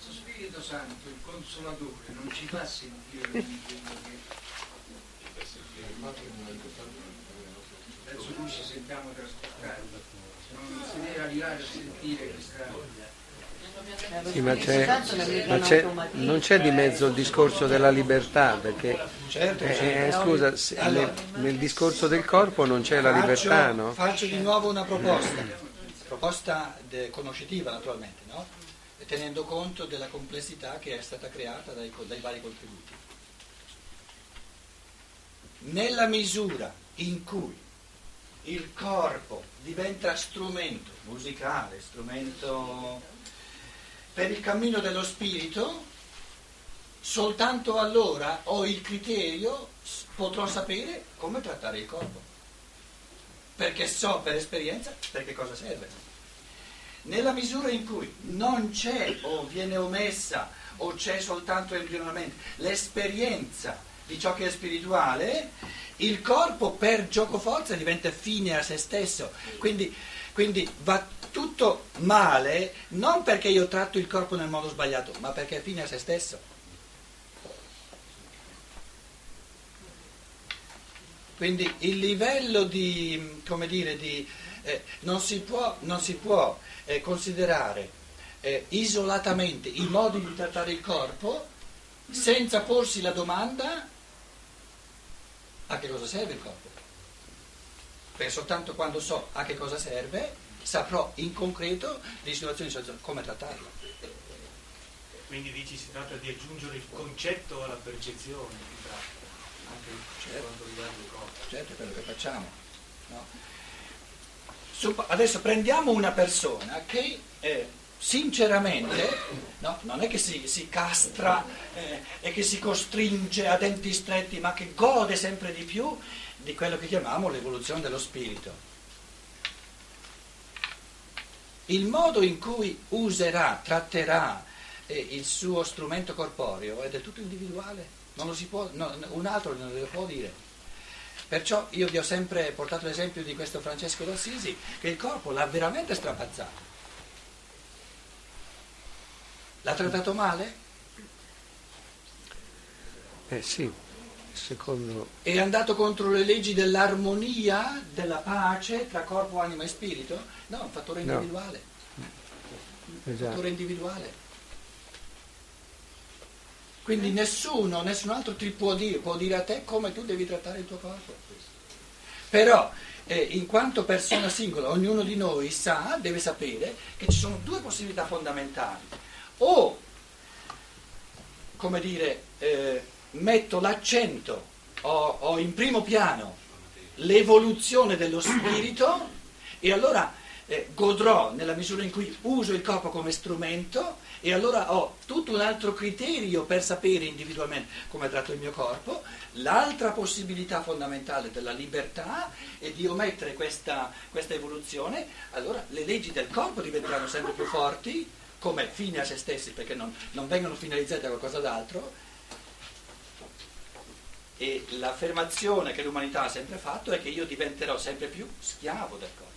questo Spirito Santo, il Consolatore, non ci fa sentire quello che penso noi ci sentiamo trasportati, non si deve arrivare a sentire questa. Sì, ma non c'è di mezzo il discorso della libertà, perché scusa, nel discorso del corpo non c'è la libertà, no? Faccio di nuovo una proposta conoscitiva naturalmente, no? E tenendo conto della complessità che è stata creata dai vari contributi. Nella misura in cui il corpo diventa strumento musicale, strumento per il cammino dello spirito, soltanto allora ho il criterio, potrò sapere come trattare il corpo, perché so per esperienza per che cosa serve. Nella misura in cui non c'è o viene omessa o c'è soltanto embrionalmente l'esperienza di ciò che è spirituale, il corpo per giocoforza diventa fine a se stesso, quindi va tutto male non perché io tratto il corpo nel modo sbagliato, ma perché è fine a se stesso. Quindi il livello di, come dire, non si può considerare isolatamente i modi di trattare il corpo senza porsi la domanda a che cosa serve il corpo. Perché soltanto quando so a che cosa serve saprò in concreto di situazioni come trattarlo. Quindi dici si tratta di aggiungere il concetto alla percezione, anche per quanto riguarda il corpo. Certo, è quello che facciamo. No? Adesso prendiamo una persona che sinceramente, no, non è che si castra e che si costringe a denti stretti, ma che gode sempre di più di quello che chiamiamo l'evoluzione dello spirito. Il modo in cui userà, tratterà il suo strumento corporeo è del tutto individuale, non lo si può, un altro non lo può dire. Perciò io vi ho sempre portato l'esempio di questo Francesco d'Assisi, che il corpo l'ha veramente strapazzato. L'ha trattato male? Sì, secondo... È andato contro le leggi dell'armonia, della pace tra corpo, anima e spirito? No, è un fattore individuale. No. Un fattore individuale. Quindi nessun altro ti può dire a te come tu devi trattare il tuo corpo. Però, in quanto persona singola, ognuno di noi deve sapere che ci sono due possibilità fondamentali. O, come dire, metto l'accento, ho in primo piano l'evoluzione dello spirito e allora godrò nella misura in cui uso il corpo come strumento e allora ho tutto un altro criterio per sapere individualmente come tratto il mio corpo. L'altra possibilità fondamentale della libertà è di omettere questa evoluzione, allora le leggi del corpo diventeranno sempre più forti come fine a se stessi perché non vengono finalizzate a qualcosa d'altro. E l'affermazione che l'umanità ha sempre fatto è che io diventerò sempre più schiavo del corpo.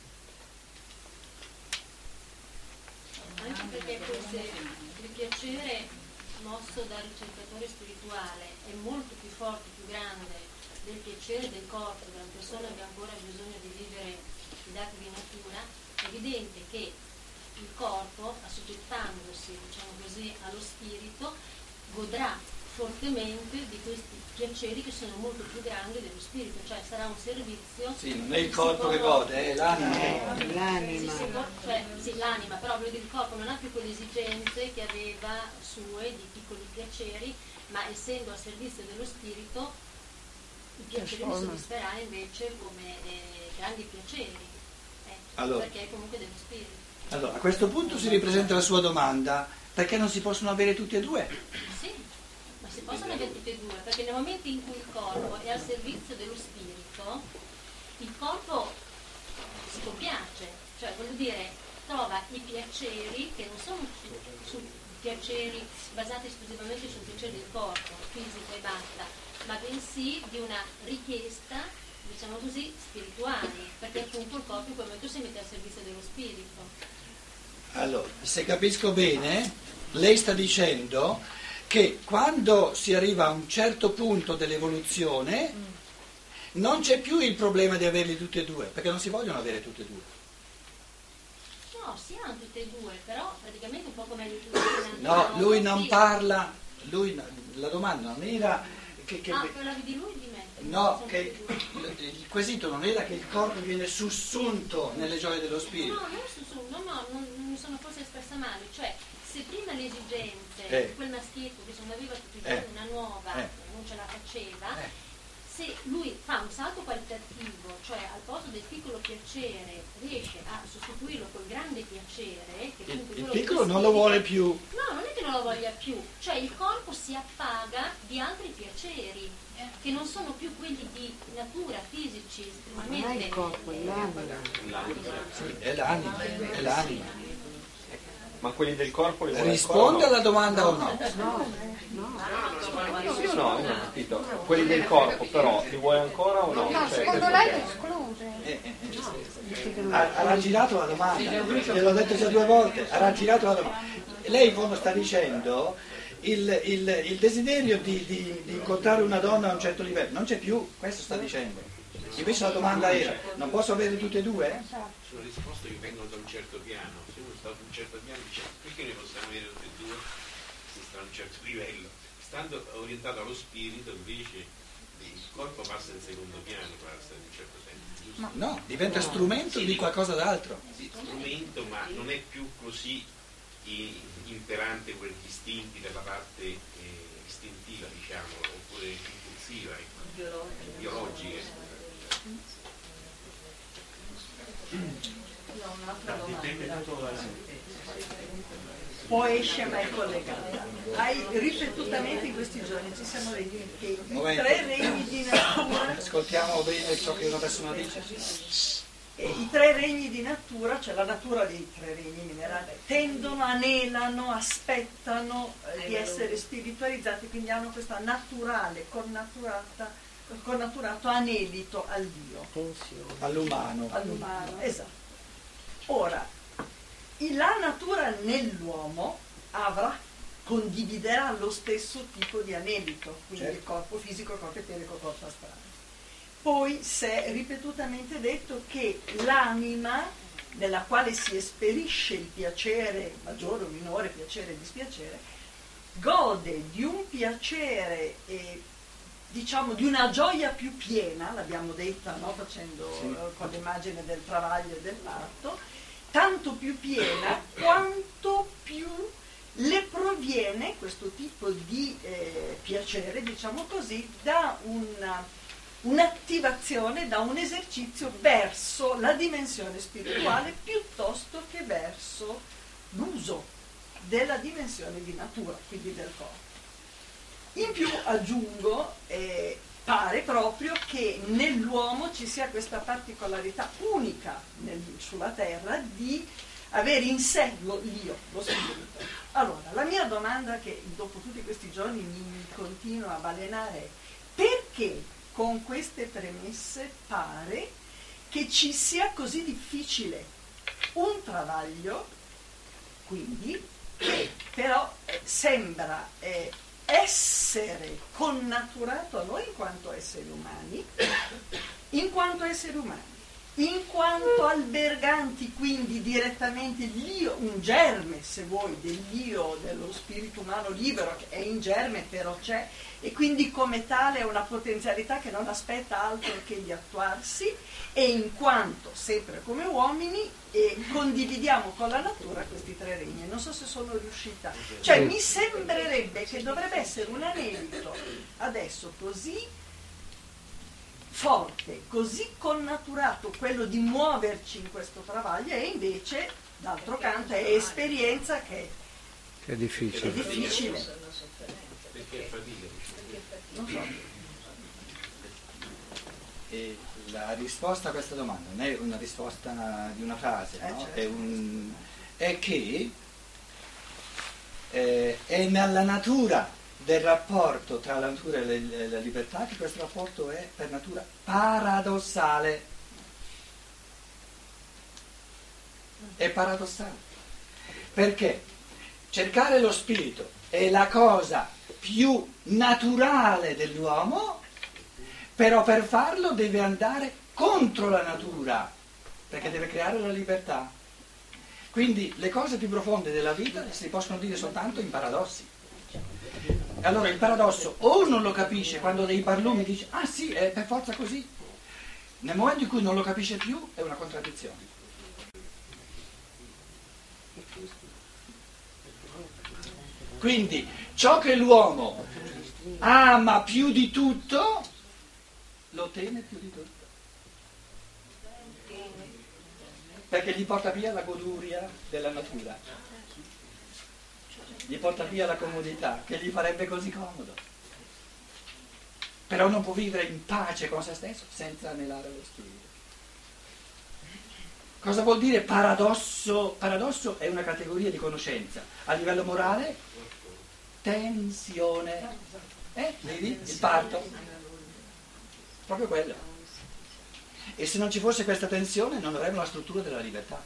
Anche perché forse il piacere mosso dal ricercatore spirituale è molto più forte, più grande del piacere del corpo, della persona che ancora ha bisogno di vivere i dati di natura. È evidente che il corpo, assoggettandosi, diciamo così, allo spirito, godrà fortemente di questi piaceri che sono molto più grandi dello spirito, cioè sarà un servizio. Sì, non è il corpo che gode, è l'anima. L'anima. Sì, l'anima, però il corpo non ha più quelle esigenze che aveva sue di piccoli piaceri, ma essendo a servizio dello spirito i piaceri li soddisferà invece come grandi piaceri, allora, perché è comunque dello spirito. Allora, a questo punto si ripresenta la sua domanda, perché non si possono avere tutti e due? Sì, ma si possono avere tutti e due, perché nel momento in cui il corpo è al servizio dello spirito, il corpo si compiace, cioè voglio dire, trova i piaceri che non sono piaceri basati esclusivamente sul piacere del corpo, fisico e basta, ma bensì di una richiesta, diciamo così, spirituale, perché appunto il corpo in quel momento si mette al servizio dello spirito. Allora, se capisco bene, lei sta dicendo che quando si arriva a un certo punto dell'evoluzione non c'è più il problema di averli tutti e due, perché non si vogliono avere tutti e due. No, si hanno tutte e due, però praticamente un po' come gli No, lui non parla, la domanda non era che parlavi di lui o di me? no, che il quesito non era che il corpo viene sussunto nelle gioie dello spirito. No, non mi sono forse espressa male, cioè se prima le esigenze di quel maschietto che non aveva tutti i giorni una nuova non ce la faceva, se lui fa un salto qualitativo, cioè al posto del piccolo piacere riesce a sostituirlo col grande piacere, che il piccolo non lo vuole più. No, non è che non lo voglia più, cioè il corpo si appaga di altri piaceri che non sono più quelli di natura fisici estremamente. Non è il corpo, è l'anima. Sì, è l'anima. Ma quelli del corpo li vuole Risponde ancora, alla domanda o no? Sì o no? Non ho capito. Quelli del corpo però li vuoi ancora o no? No, Cioè, secondo lei è escluso. Ha raggirato la domanda, gliel'ho detto già 2 volte, ha raggirato la domanda. Lei in fondo sta dicendo il desiderio di incontrare una donna a un certo livello, non c'è più, questo sta dicendo. Invece la domanda era, non posso avere tutte e due? Sono risposte che vengono da un certo piano. Se uno sta ad un certo piano dice perché ne possiamo avere tutte e due se sta a un certo livello. Stando orientato allo spirito invece il corpo passa in secondo piano, passa in un certo senso, giusto? No, diventa strumento di qualcosa d'altro. Sì, strumento, ma non è più così imperante quegli istinti della parte istintiva, diciamo, oppure impulsiva, biologica. Io ho un'altra Dipende domanda. tutto Può essere mai collegata. Hai ripetutamente in questi giorni ci siamo detti che i 3 regni di natura, Ascoltiamo bene ciò che una persona dice. i 3 regni di natura, cioè la natura dei 3 regni minerali, tendono, anelano, aspettano di essere spiritualizzati, quindi hanno questa naturale, connaturato anelito al Dio. All'umano. All'umano, esatto. Ora, la natura nell'uomo condividerà lo stesso tipo di anelito, quindi il corpo fisico, il corpo eterico, il corpo astrale. Poi si è ripetutamente detto che l'anima, nella quale si esperisce il piacere, maggiore o minore, piacere e dispiacere, gode di un piacere diciamo di una gioia più piena, l'abbiamo detta, no? Facendo con l'immagine del travaglio e del parto, tanto più piena quanto più le proviene questo tipo di piacere, diciamo così, da un'attivazione, da un esercizio verso la dimensione spirituale piuttosto che verso l'uso della dimensione di natura, quindi del corpo. In più aggiungo, pare proprio che nell'uomo ci sia questa particolarità unica sulla terra di avere in sé l'io, lo spirito. Allora, la mia domanda che dopo tutti questi giorni mi continua a balenare è: perché con queste premesse pare che ci sia così difficile un travaglio, quindi, che però sembra essere connaturato a noi in quanto esseri umani, in quanto alberganti quindi direttamente l'io, un germe se vuoi dell'io, dello spirito umano libero che è in germe però c'è, e quindi come tale è una potenzialità che non aspetta altro che di attuarsi, e in quanto sempre come uomini condividiamo con la natura questi 3 regni. Non so se sono riuscita, cioè mi sembrerebbe che dovrebbe essere un anelito adesso così forte, così connaturato quello di muoverci in questo travaglio, e invece d'altro canto è esperienza che è difficile. Perché è fatica? Non so. E la risposta a questa domanda non è una risposta di una frase, no? Certo. È che è nella natura del rapporto tra la natura e la libertà che questo rapporto è per natura paradossale. È paradossale. Perché cercare lo spirito è la cosa più naturale dell'uomo, però per farlo deve andare contro la natura, perché deve creare la libertà. Quindi le cose più profonde della vita si possono dire soltanto in paradossi. Allora il paradosso o non lo capisce quando dei barlumi dice ah sì, è per forza così, nel momento in cui non lo capisce più è una contraddizione. Quindi ciò che l'uomo ama più di tutto lo teme più di tutto, perché gli porta via la goduria della natura, gli porta via la comodità che gli farebbe così comodo, però non può vivere in pace con se stesso senza anelare lo spirito. Cosa vuol dire paradosso? Paradosso è una categoria di conoscenza. A livello morale, tensione. Vedi? Il parto. Proprio quello. E se non ci fosse questa tensione non avremmo la struttura della libertà.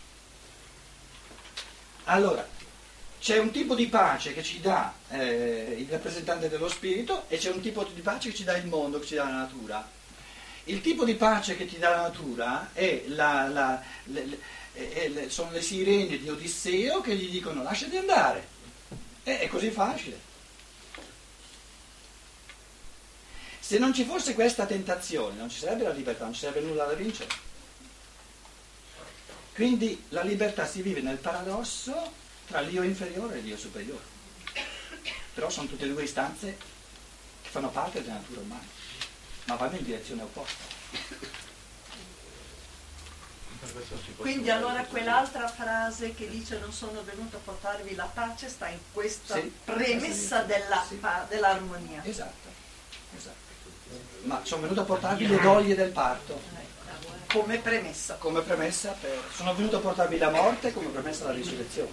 Allora, c'è un tipo di pace che ci dà il rappresentante dello spirito e c'è un tipo di pace che ci dà il mondo, che ci dà la natura. Il tipo di pace che ti dà la natura è sono le sirene di Odisseo che gli dicono lasciati andare. È così facile. Se non ci fosse questa tentazione non ci sarebbe la libertà, non ci sarebbe nulla da vincere. Quindi la libertà si vive nel paradosso tra l'io inferiore e l'io superiore. Però sono tutte e due istanze che fanno parte della natura umana, ma vanno in direzione opposta. Quindi allora quell'altra frase che dice non sono venuto a portarvi la pace sta in questa premessa dell'armonia. Esatto. Ma sono venuto a portarvi le doglie del parto. Come premessa. Sono venuto a portarvi la morte come premessa della risurrezione.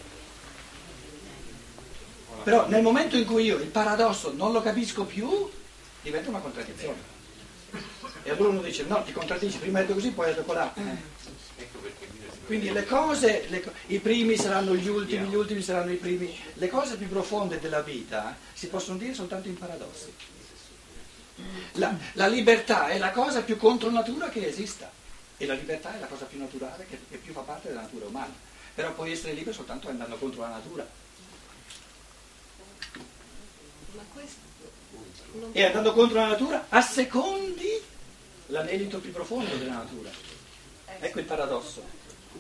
Però nel momento in cui io il paradosso non lo capisco più, diventa una contraddizione. E allora uno dice no, ti contraddici, prima hai detto così, poi hai detto colà. Quindi le cose, i primi saranno gli ultimi saranno i primi. Le cose più profonde della vita si possono dire soltanto in paradossi. La libertà è la cosa più contro natura che esista e la libertà è la cosa più naturale che più fa parte della natura umana. Però puoi essere libero soltanto andando contro la natura. E andando contro la natura assecondi l'anelito più profondo della natura. Ecco il paradosso.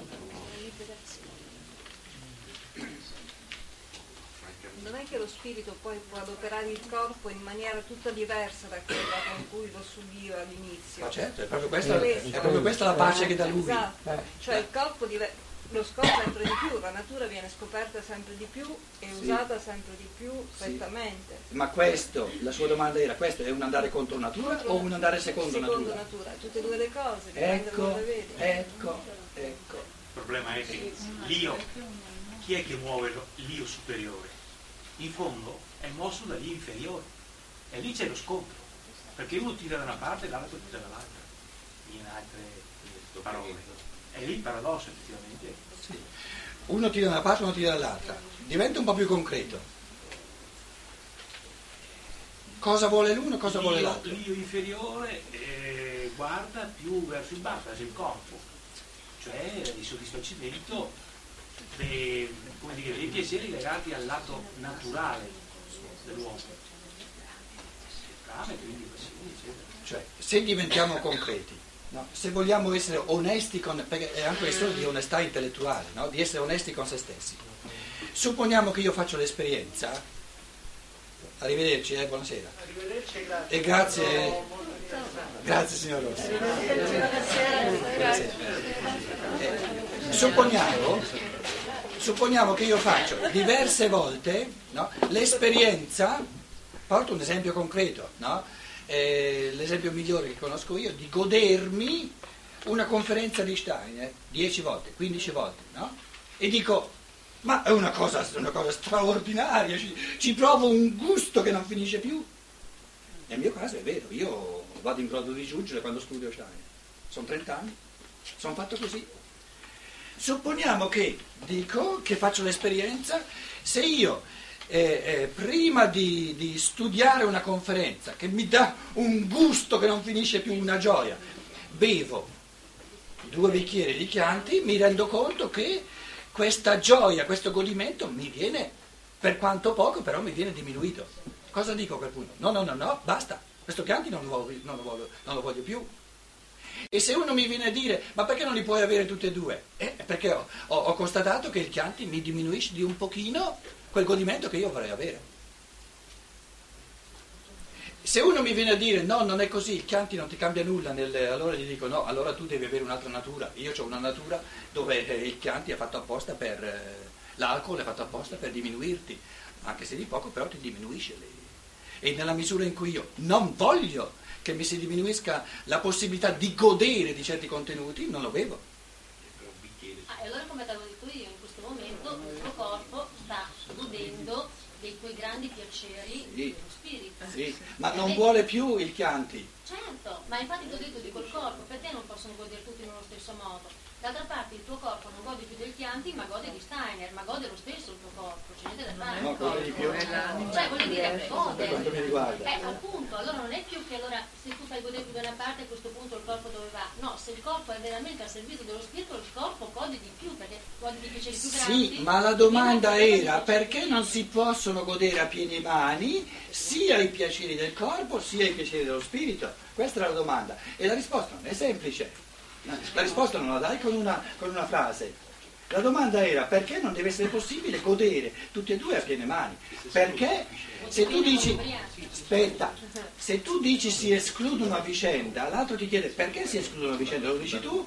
Non è che lo spirito poi può adoperare il corpo in maniera tutta diversa da quella con cui lo subiva all'inizio. Ma certo, è proprio questa la pace che dà lui. Esatto. Cioè il corpo lo scopre sempre di più, la natura viene scoperta sempre di più e usata sempre di più prettamente. Ma questo, la sua domanda era, questo è un andare contro natura o un andare secondo natura? Tutte e due le cose, Ecco. Il problema è che l'io, chi è che muove l'io superiore? In fondo è mosso dall'io inferiore e lì c'è lo scontro, perché uno tira da una parte e l'altro tira dall'altra, in altre parole. È lì il paradosso effettivamente. Sì. Uno tira da una parte e uno tira dall'altra. Diventa un po' più concreto. Cosa vuole l'uno e cosa vuole l'altro? L'io inferiore guarda più verso il basso, verso il corpo, cioè il soddisfacimento dei piaceri legati al lato naturale dell'uomo. Fame, quindi passione, eccetera. Cioè, se diventiamo concreti, no? Se vogliamo essere onesti perché è anche questione di onestà intellettuale, no? Di essere onesti con se stessi. Supponiamo che io faccio l'esperienza. Arrivederci, buonasera. Arrivederci, grazie. E grazie signor Rossi. Supponiamo che io faccio diverse volte, no? L'esperienza, porto un esempio concreto, no? L'esempio migliore che conosco io, di godermi una conferenza di Steiner 10 volte, 15 volte, no? E dico, ma è una cosa straordinaria, ci provo un gusto che non finisce più. Nel mio caso è vero, io vado in brodo di giuggiole quando studio Steiner, sono 30 anni, sono fatto così. Supponiamo che faccio l'esperienza, se io prima di studiare una conferenza che mi dà un gusto che non finisce più, una gioia, bevo 2 bicchieri di Chianti, mi rendo conto che questa gioia, questo godimento mi viene, per quanto poco, però mi viene diminuito. Cosa dico a quel punto? No, basta, questo Chianti non lo voglio più. E se uno mi viene a dire, ma perché non li puoi avere tutti e due? Perché ho constatato che il Chianti mi diminuisce di un pochino quel godimento che io vorrei avere. Se uno mi viene a dire, no, non è così, il Chianti non ti cambia nulla, allora gli dico, no, allora tu devi avere un'altra natura. Io ho una natura dove il Chianti è fatto apposta l'alcol è fatto apposta per diminuirti, anche se di poco, però ti diminuisce. E nella misura in cui io non voglio che mi si diminuisca la possibilità di godere di certi contenuti, non lo bevo. E allora, come ti avevo detto io, in questo momento il tuo corpo sta godendo dei tuoi grandi piaceri dello spirito. Sì, ma non vuole più il Chianti. Certo, ma infatti ti ho detto di quel corpo, perché non possono godere tutti nello stesso modo? D'altra parte il tuo corpo non gode più del Chianti, ma gode di Steiner, ma gode lo stesso il tuo corpo, c'è niente da fare. No, gode di più. Cioè, voglio dire, gode. Per quanto mi riguarda. Appunto, allora non è più che allora se tu fai godere più da una parte, a questo punto il corpo dove va? No, se il corpo è veramente al servizio dello spirito, il corpo gode di più, perché gode di piaceri più grandi. Sì, ma la domanda era perché non si possono godere a pieni mani sia i piaceri del corpo sia i piaceri dello spirito? Questa era la domanda. E la risposta non è semplice. La risposta non la dai con una frase. La domanda era perché non deve essere possibile godere tutti e due a piene mani? Perché se tu dici, aspetta, se tu dici si escludono a vicenda, l'altro ti chiede perché si escludono a vicenda, lo dici tu?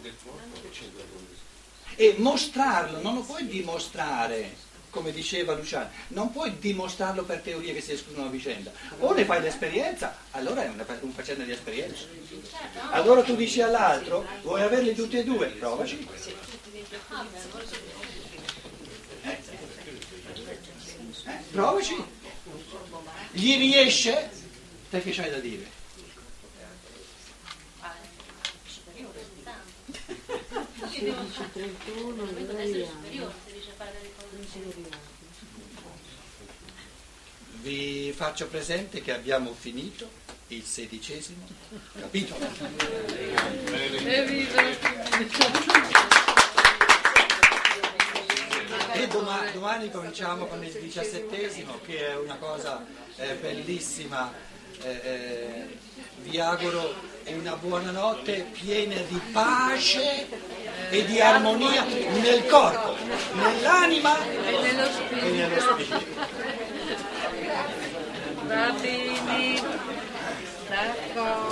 E mostrarlo, non lo puoi dimostrare, come diceva Luciano, non puoi dimostrarlo per teoria che si escludono a vicenda. O ne fai l'esperienza, allora è un faccenda di esperienza. Allora tu dici all'altro, vuoi averli tutti e due? Provaci. Provaci. Gli riesce? Te che c'hai da dire? Vi faccio presente che abbiamo finito il 16° capitolo. E domani cominciamo con il 17°, che è una cosa bellissima. Vi auguro una buona notte piena di pace e di armonia nel corpo, nell'anima e nello spirito. Va bene, d'accordo.